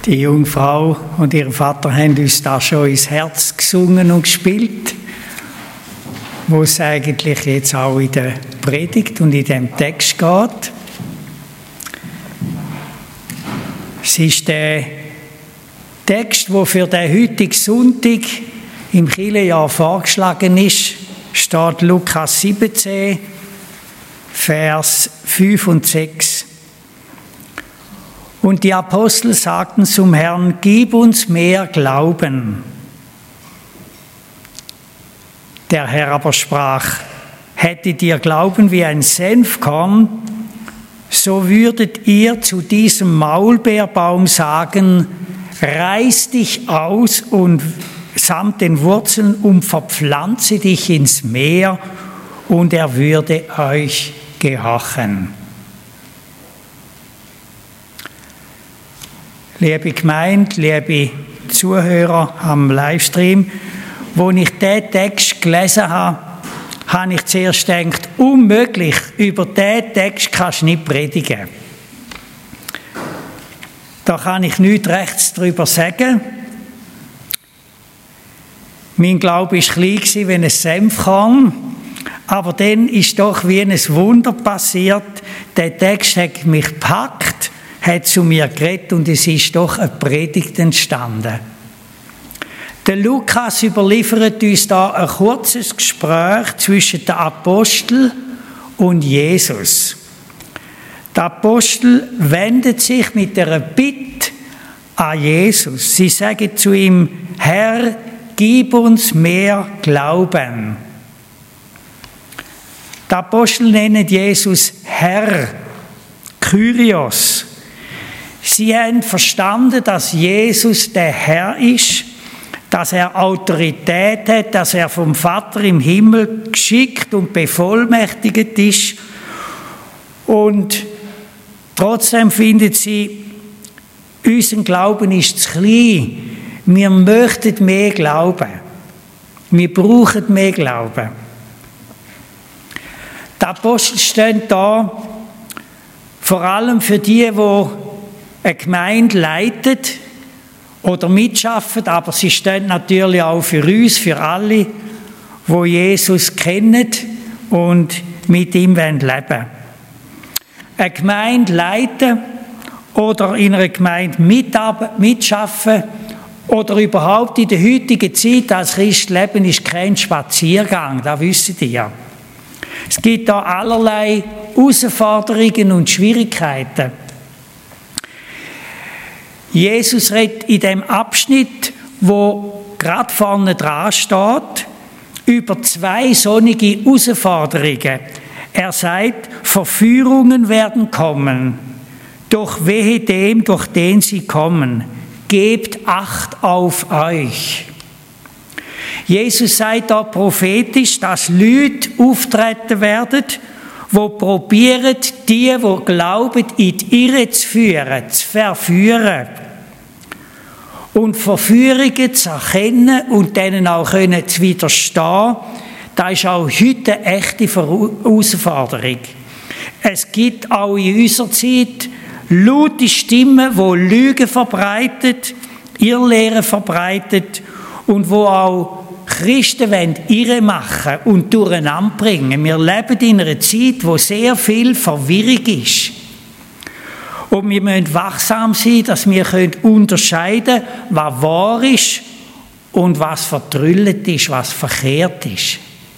Die junge Frau und ihr Vater haben uns da schon ins Herz gesungen und gespielt, wo es eigentlich jetzt auch in der Predigt und in dem Text geht. Es ist der Text, der für den heutigen Sonntag im Kirchenjahr vorgeschlagen ist, steht Lukas 17, Vers 5 und 6. Und die Apostel sagten zum Herrn: Gib uns mehr Glauben. Der Herr aber sprach: Hättet ihr Glauben wie ein Senfkorn, so würdet ihr zu diesem Maulbeerbaum sagen: Reiß dich aus und samt den Wurzeln und verpflanze dich ins Meer, und er würde euch gehorchen. Liebe Gemeinde, liebe Zuhörer am Livestream, als ich diesen Text gelesen habe, habe ich zuerst gedacht, unmöglich, über diesen Text kannst du nicht predigen. Da kann ich nichts Rechts darüber sagen. Mein Glaube war klein wie ein Senfkorn, aber dann ist doch wie ein Wunder passiert. Der Text hat mich gepackt, hat zu mir geredet und es ist doch eine Predigt entstanden. Der Lukas überliefert uns da ein kurzes Gespräch zwischen den Aposteln und Jesus. Die Apostel wenden sich mit einer Bitte an Jesus. Sie sagen zu ihm: Herr, gib uns mehr Glauben. Die Apostel nennen Jesus Herr, Kyrios. Sie haben verstanden, dass Jesus der Herr ist, dass er Autorität hat, dass er vom Vater im Himmel geschickt und bevollmächtigt ist. Und trotzdem finden sie, unser Glauben ist zu klein. Wir möchten mehr glauben. Wir brauchen mehr Glauben. Die Apostel stehen da vor allem für die eine Gemeinde leiten oder mitschaffen, aber sie stehen natürlich auch für uns, für alle, die Jesus kennen und mit ihm leben wollen. Eine Gemeinde leiten oder in einer Gemeinde mitschaffen oder überhaupt in der heutigen Zeit als Christ leben, ist kein Spaziergang, das wissen die ja. Es gibt da allerlei Herausforderungen und Schwierigkeiten. Jesus redet in dem Abschnitt, wo gerade vorne dran steht, über 2 sonnige Herausforderungen. Er sagt, Verführungen werden kommen, doch wehe dem, durch den sie kommen. Gebt Acht auf euch. Jesus sagt da prophetisch, dass Leute auftreten werden, die probieren, die glauben, in die Irre zu führen, zu verführen. Und Verführungen zu erkennen und denen auch zu widerstehen, das ist auch heute eine echte Herausforderung. Es gibt auch in unserer Zeit laute Stimmen, die Lügen verbreitet, Irrlehren verbreitet und wo auch Christen irre machen und durcheinander bringen. Wir leben in einer Zeit, wo sehr viel Verwirrung ist. Und wir müssen wachsam sein, dass wir unterscheiden können, was wahr ist und was vertrüllt ist, was verkehrt ist.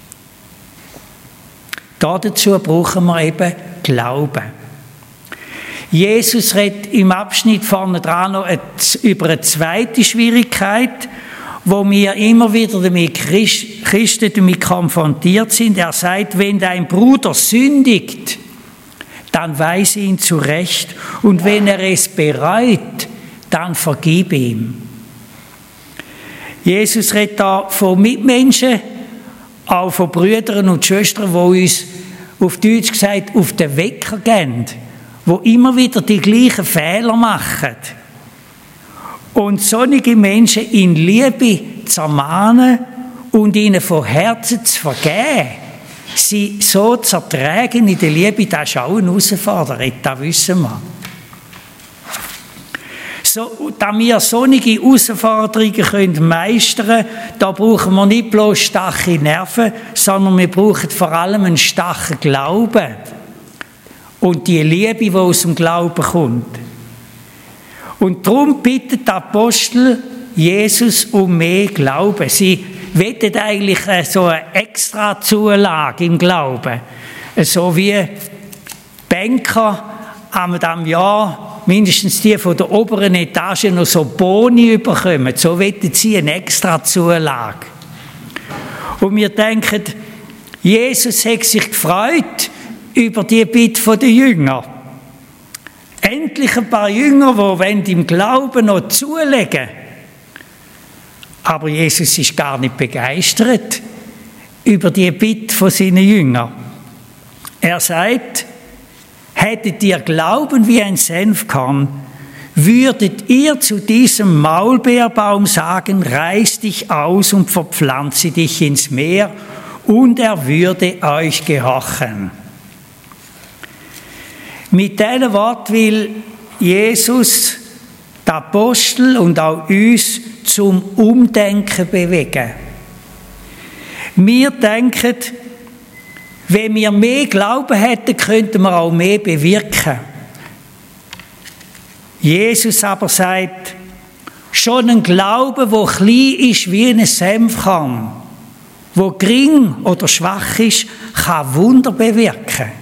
Dazu brauchen wir eben Glauben. Jesus redet im Abschnitt vorne dran noch über eine zweite Schwierigkeit, wo wir immer wieder Christen damit konfrontiert sind. Er sagt, wenn dein Bruder sündigt, dann weise ihn zurecht. Und wenn er es bereut, dann vergib ihm. Jesus redet da von Mitmenschen, auch von Brüdern und Schwestern, die uns auf Deutsch gesagt auf den Wecker gehen, die immer wieder die gleichen Fehler machen. Und solche Menschen in Liebe zu ermahnen und ihnen von Herzen zu vergeben, sie so zu ertragen in der Liebe, das ist auch eine Herausforderung, das wissen wir. da wir solche Herausforderungen meistern können, da brauchen wir nicht bloß starke Nerven, sondern wir brauchen vor allem einen starken Glauben. Und die Liebe, die aus dem Glauben kommt. Und darum bittet der Apostel Jesus um mehr Glauben. Sie wettet eigentlich so eine extra Zulage im Glauben. So wie Banker am Jahr, mindestens die von der oberen Etage, noch so Boni bekommen. So wettet sie eine extra Zulage. Und wir denken, Jesus hat sich gefreut über die Bitte der Jünger. Endlich ein paar Jünger, die im Glauben noch zulegen. Aber Jesus ist gar nicht begeistert über die Bitte von seinen Jüngern. Er sagt, hättet ihr Glauben wie ein Senfkorn, würdet ihr zu diesem Maulbeerbaum sagen, reiß dich aus und verpflanze dich ins Meer, und er würde euch gehorchen. Mit diesem Wort will Jesus die Apostel und auch uns zum Umdenken bewegen. Wir denken, wenn wir mehr Glauben hätten, könnten wir auch mehr bewirken. Jesus aber sagt, schon ein Glaube, der klein ist wie ein Senfkorn, der gering oder schwach ist, kann Wunder bewirken.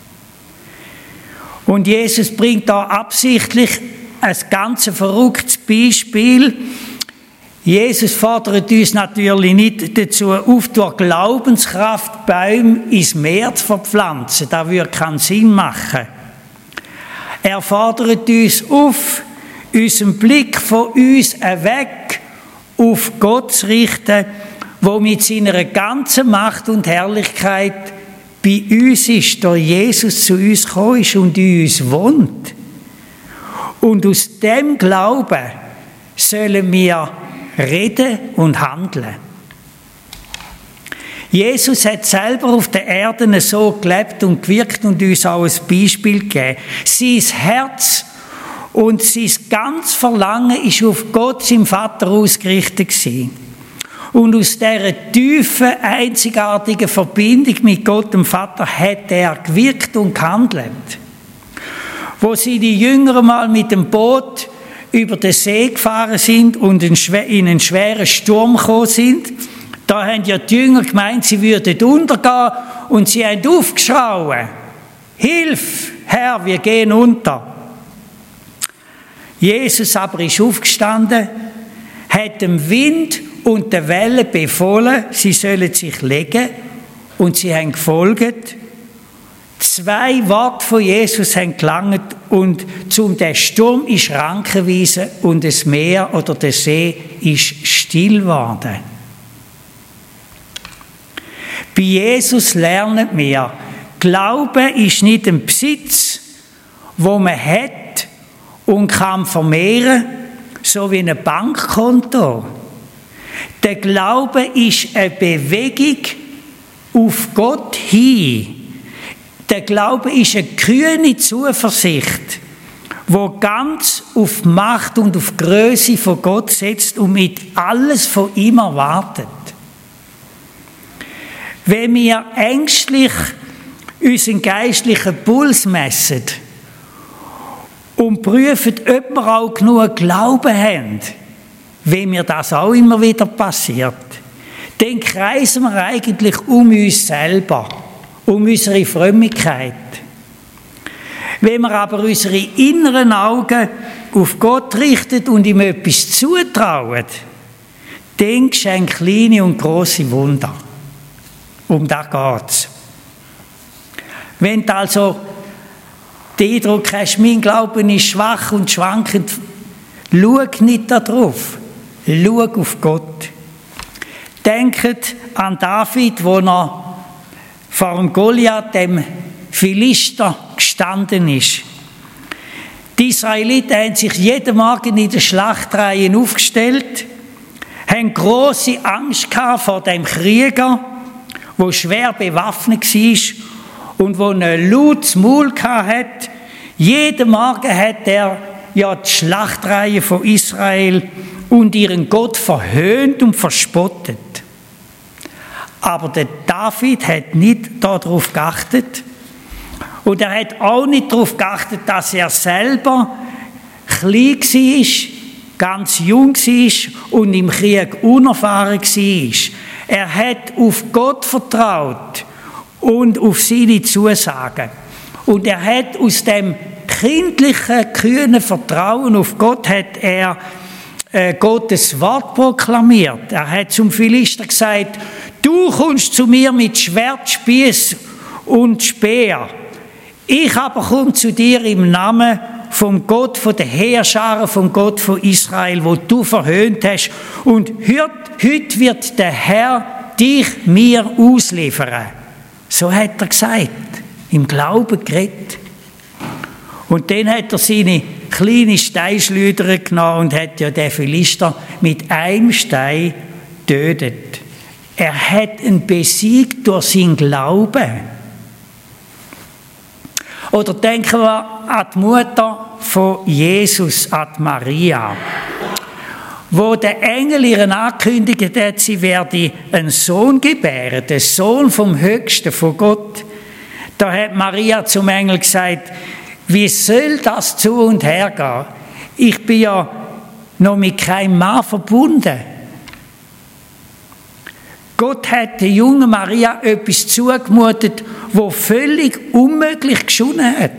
Und Jesus bringt da absichtlich ein ganz verrücktes Beispiel. Jesus fordert uns natürlich nicht dazu auf, durch Glaubenskraft Bäume ins Meer zu verpflanzen. Das würde keinen Sinn machen. Er fordert uns auf, unseren Blick von uns weg auf Gott zu richten, der mit seiner ganzen Macht und Herrlichkeit bei uns ist, durch Jesus zu uns gekommen ist und in uns wohnt. Und aus dem Glauben sollen wir reden und handeln. Jesus hat selber auf der Erde so gelebt und gewirkt und uns auch ein Beispiel gegeben. Sein Herz und sein ganzes Verlangen ist auf Gott, seinem Vater, ausgerichtet gewesen. Und aus dieser tiefen, einzigartigen Verbindung mit Gott, dem Vater, hat er gewirkt und gehandelt. Wo sie die Jünger mal mit dem Boot über den See gefahren sind und in einen schweren Sturm gekommen sind, da haben ja die Jünger gemeint, sie würden untergehen und sie haben aufgeschrien: Hilf, Herr, wir gehen unter. Jesus aber ist aufgestanden, hat dem Wind und der Welle befohlen, sie sollen sich legen, und sie haben gefolgt. 2 Worte von Jesus haben gelangt, und der Sturm ist Schranken gewesen und das Meer oder der See ist still geworden. Bei Jesus lernen wir, Glaube ist nicht ein Besitz, wo man hat und kann vermehren, so wie ein Bankkonto. Der Glaube ist eine Bewegung auf Gott hin. Der Glaube ist eine kühne Zuversicht, wo ganz auf die Macht und auf die Größe von Gott setzt und mit alles von ihm erwartet. Wenn wir ängstlich unseren geistlichen Puls messen und prüfen, ob wir auch genug Glauben haben, wenn mir das auch immer wieder passiert, dann kreisen wir eigentlich um uns selber, um unsere Frömmigkeit. Wenn wir aber unsere inneren Augen auf Gott richten und ihm etwas zutrauen, dann geschehen kleine und grosse Wunder. Um das geht's. Wenn du also den Eindruck hast, mein Glauben ist schwach und schwankend, schau nicht darauf. Schau auf Gott. Denkt an David, wo er vor dem Goliath, dem Philister, gestanden ist. Die Israeliten haben sich jeden Morgen in den Schlachtreihen aufgestellt, haben grosse Angst gehabt vor dem Krieger, der schwer bewaffnet war und der ein lautes Maul hatte. Jeden Morgen hat er ja die Schlachtreihe von Israel und ihren Gott verhöhnt und verspottet. Aber der David hat nicht darauf geachtet. Und er hat auch nicht darauf geachtet, dass er selber klein war, ganz jung war und im Krieg unerfahren war. Er hat auf Gott vertraut und auf seine Zusagen. Und er hat aus dem kindlichen, kühnen Vertrauen auf Gott hat er Gottes Wort proklamiert. Er hat zum Philister gesagt, du kommst zu mir mit Schwert, Spieß und Speer. Ich aber komme zu dir im Namen vom Gott, von der Heerscharen, vom Gott von Israel, wo du verhöhnt hast. Und heute wird der Herr dich mir ausliefern. So hat er gesagt, im Glauben geredet. Und dann hat er seine kleine Steinschleuder genommen und hat ja den Philister mit einem Stein getötet. Er hat ihn besiegt durch seinen Glauben. Oder denken wir an die Mutter von Jesus, an die Maria, wo der Engel ihren angekündigt hat, sie werde einen Sohn gebären, den Sohn vom Höchsten, von Gott. Da hat Maria zum Engel gesagt, wie soll das zu und her gehen? Ich bin ja noch mit keinem Mann verbunden. Gott hat der jungen Maria etwas zugemutet, wo völlig unmöglich geschunden hat.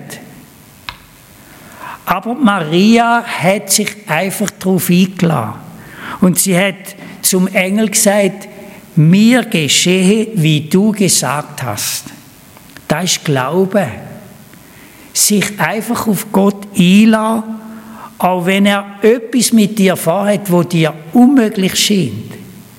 Aber Maria hat sich einfach darauf eingelassen. Und sie hat zum Engel gesagt, mir geschehe, wie du gesagt hast. Das ist Glaube. Sich einfach auf Gott einlassen, auch wenn er etwas mit dir vorhat, wo dir unmöglich scheint.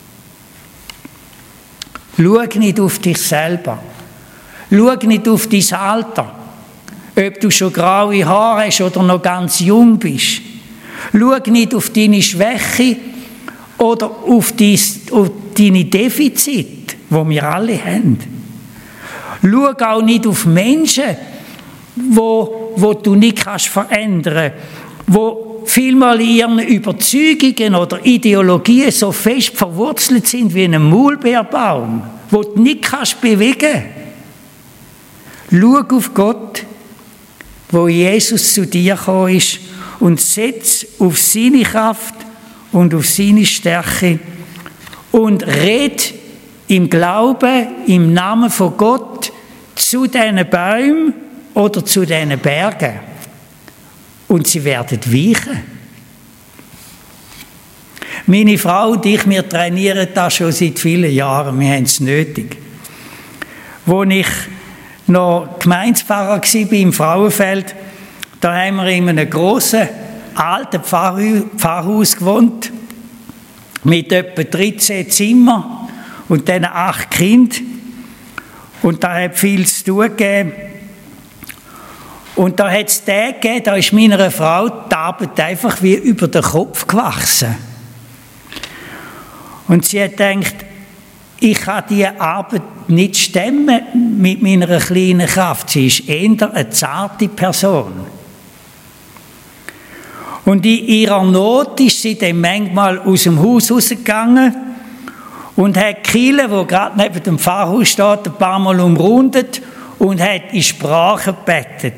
Schau nicht auf dich selber. Schau nicht auf dein Alter. Ob du schon graue Haare hast oder noch ganz jung bist. Schau nicht auf deine Schwäche oder auf deine Defizite, die wir alle haben. Schau auch nicht auf Menschen, wo du nicht verändern kannst, wo vielmal in ihren Überzeugungen oder Ideologien so fest verwurzelt sind wie ein Maulbeerbaum, wo du nicht bewegen kannst. Schau auf Gott, wo Jesus zu dir gekommen ist, und setz auf seine Kraft und auf seine Stärke und red im Glauben, im Namen von Gott zu diesen Bäumen oder zu diesen Bergen. Und sie werden weichen. Meine Frau und ich, wir trainieren das schon seit vielen Jahren. Wir haben es nötig. Als ich noch Gemeindepfarrer war im Frauenfeld, da haben wir in einem grossen, alten Pfarrhaus gewohnt, mit etwa 13 Zimmern und dann 8 Kindern. Und da hat viel zu tun gegeben. Und da hat es Tage gegeben, da ist meiner Frau die Arbeit einfach wie über den Kopf gewachsen. Und sie hat gedacht, ich kann diese Arbeit nicht stemmen mit meiner kleinen Kraft. Sie ist eher eine zarte Person. Und in ihrer Not ist sie dann manchmal aus dem Haus rausgegangen und hat die Kille, die gerade neben dem Pfarrhaus steht, ein paar Mal umrundet und hat in Sprache gebetet.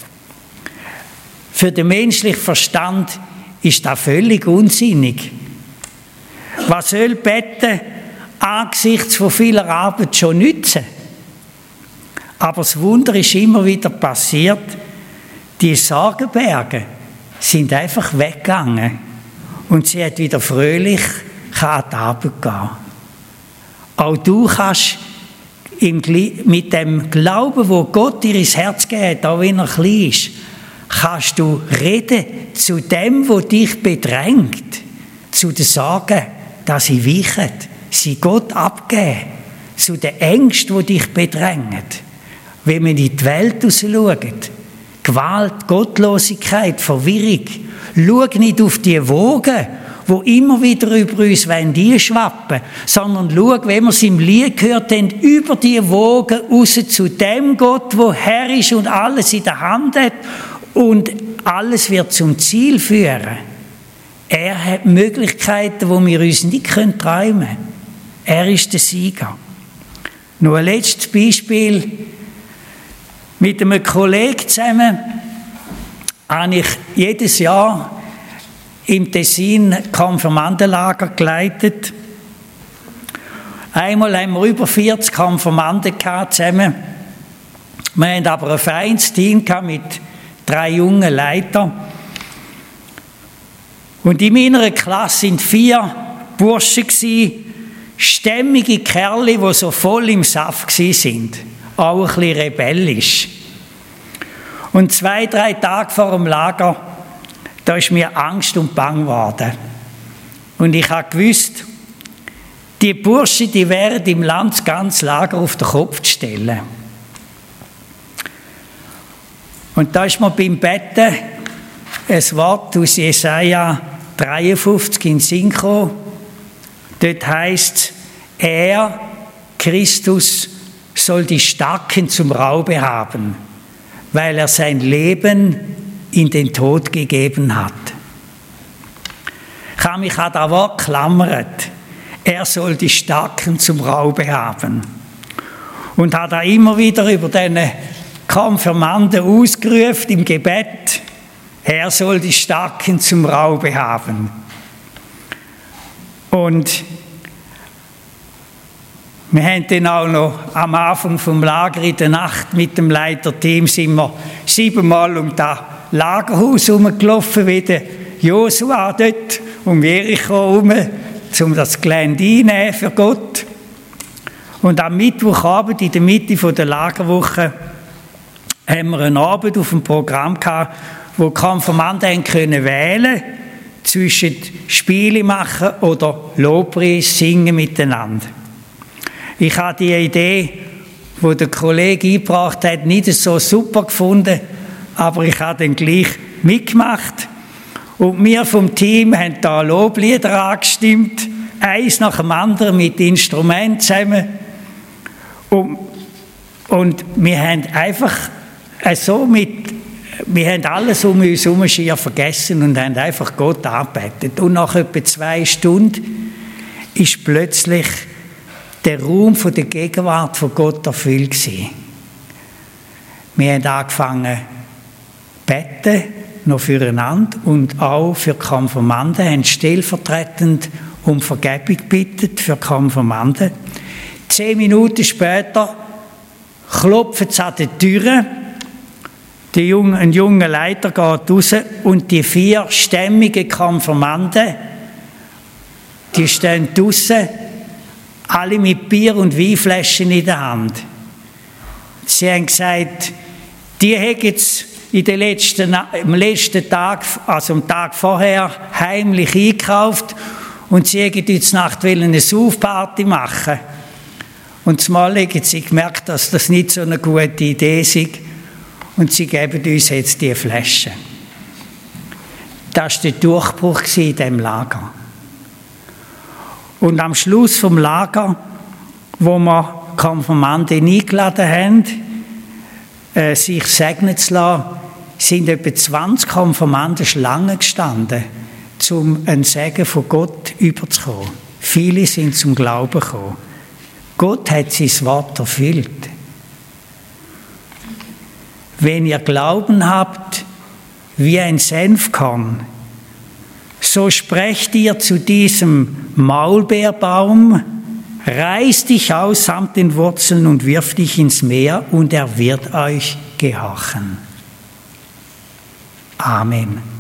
Für den menschlichen Verstand ist das völlig unsinnig. Was soll Beten angesichts von vieler Arbeit schon nützen? Aber das Wunder ist immer wieder passiert, die Sorgenberge sind einfach weggegangen und sie hat wieder fröhlich an die Arbeit gehen. Auch du kannst mit dem Glauben, wo Gott dir ins Herz gegeben hat, auch wenn er klein ist, kannst du reden zu dem, wo dich bedrängt, zu den Sorgen, dass sie weichen, sie Gott abgeben, zu den Ängsten, die dich bedrängen. Wenn man in die Welt rausschaut, Gewalt, Gottlosigkeit, Verwirrung, schau nicht auf die Wogen, wo immer wieder über uns schwappen, sondern schau, wenn wir es im Lied gehört haben, über die Wogen raus zu dem Gott, wo Herr ist und alles in der Hand hat und alles wird zum Ziel führen. Er hat Möglichkeiten, die wir uns nicht träumen können. Er ist der Sieger. Noch ein letztes Beispiel. Mit einem Kollegen zusammen habe ich jedes Jahr im Tessin Konfirmandenlager geleitet. Einmal haben wir über 40 Konfirmanden zusammen. Wir hatten aber ein feines Team mit 3 jungen Leitern. Und in meiner Klasse waren 4 Burschen, stämmige Kerle, die so voll im Saft waren. Auch ein bisschen rebellisch. Und 2, 3 Tage vor dem Lager, da ist mir Angst und Bang geworden. Und ich habe gewusst, die Burschen, die wären im Land das ganze Lager auf den Kopf zu stellen. Und da ist mir beim Betten ein Wort aus Jesaja 53 in den Sinn gekommen. Dort heisst es, er, Christus, soll die Starken zum Raube haben, weil er sein Leben in den Tod gegeben hat. Ich habe mich an das Wort geklammert. Er soll die Starken zum Raube haben. Und hat da immer wieder über diese Konfirmanden ausgerufen im Gebet, er soll die Starken zum Raube haben. Und wir haben dann auch noch am Anfang vom Lager in der Nacht mit dem Leiterteam sind wir 7-mal um das Lagerhaus herumgelaufen, wie der Josua dort um Jericho herum, um das Gelände einzunehmen für Gott. Und am Mittwochabend, in der Mitte der Lagerwoche, haben wir einen Abend auf dem Programm gehabt, wo die Konfirmanden können wählen zwischen Spiele machen oder Lobpreis singen miteinander. Ich habe die Idee, die der Kollege eingebracht hat, nicht so super gefunden, aber ich habe dann gleich mitgemacht. Und wir vom Team haben da Loblieder angestimmt, eins nach dem anderen mit Instrumenten zusammen. Und wir haben einfach wir haben alles um uns herum schier vergessen und haben einfach Gott angebetet. Und nach etwa 2 Stunden ist plötzlich der Raum von der Gegenwart von Gott erfüllt gewesen. Wir haben angefangen zu beten, noch füreinander und auch für Konfirmanden, haben stellvertretend um Vergebung gebeten für Konfirmanden. 10 Minuten später klopfen sie an der Tür. Ein junger Leiter geht raus und die 4 stämmigen Konfirmanden, die stehen draussen, alle mit Bier- und Weinflaschen in der Hand. Sie haben gesagt, die hätten jetzt am letzten Tag, also am Tag vorher, heimlich eingekauft und sie hätten jetzt Nacht eine Saufparty machen. Und zumal haben sie gemerkt, dass das nicht so eine gute Idee ist. Und sie geben uns jetzt diese Flaschen. Das war der Durchbruch in diesem Lager. Und am Schluss vom Lager, wo wir Konfirmanden eingeladen haben, sich segnen zu lassen, sind etwa 20 Konfirmanden Schlange gestanden, um einen Segen von Gott überzukommen. Viele sind zum Glauben gekommen. Gott hat sein Wort erfüllt. Wenn ihr Glauben habt wie ein Senfkorn, so sprecht ihr zu diesem Maulbeerbaum, reiß dich aus samt den Wurzeln und wirf dich ins Meer, und er wird euch gehorchen. Amen.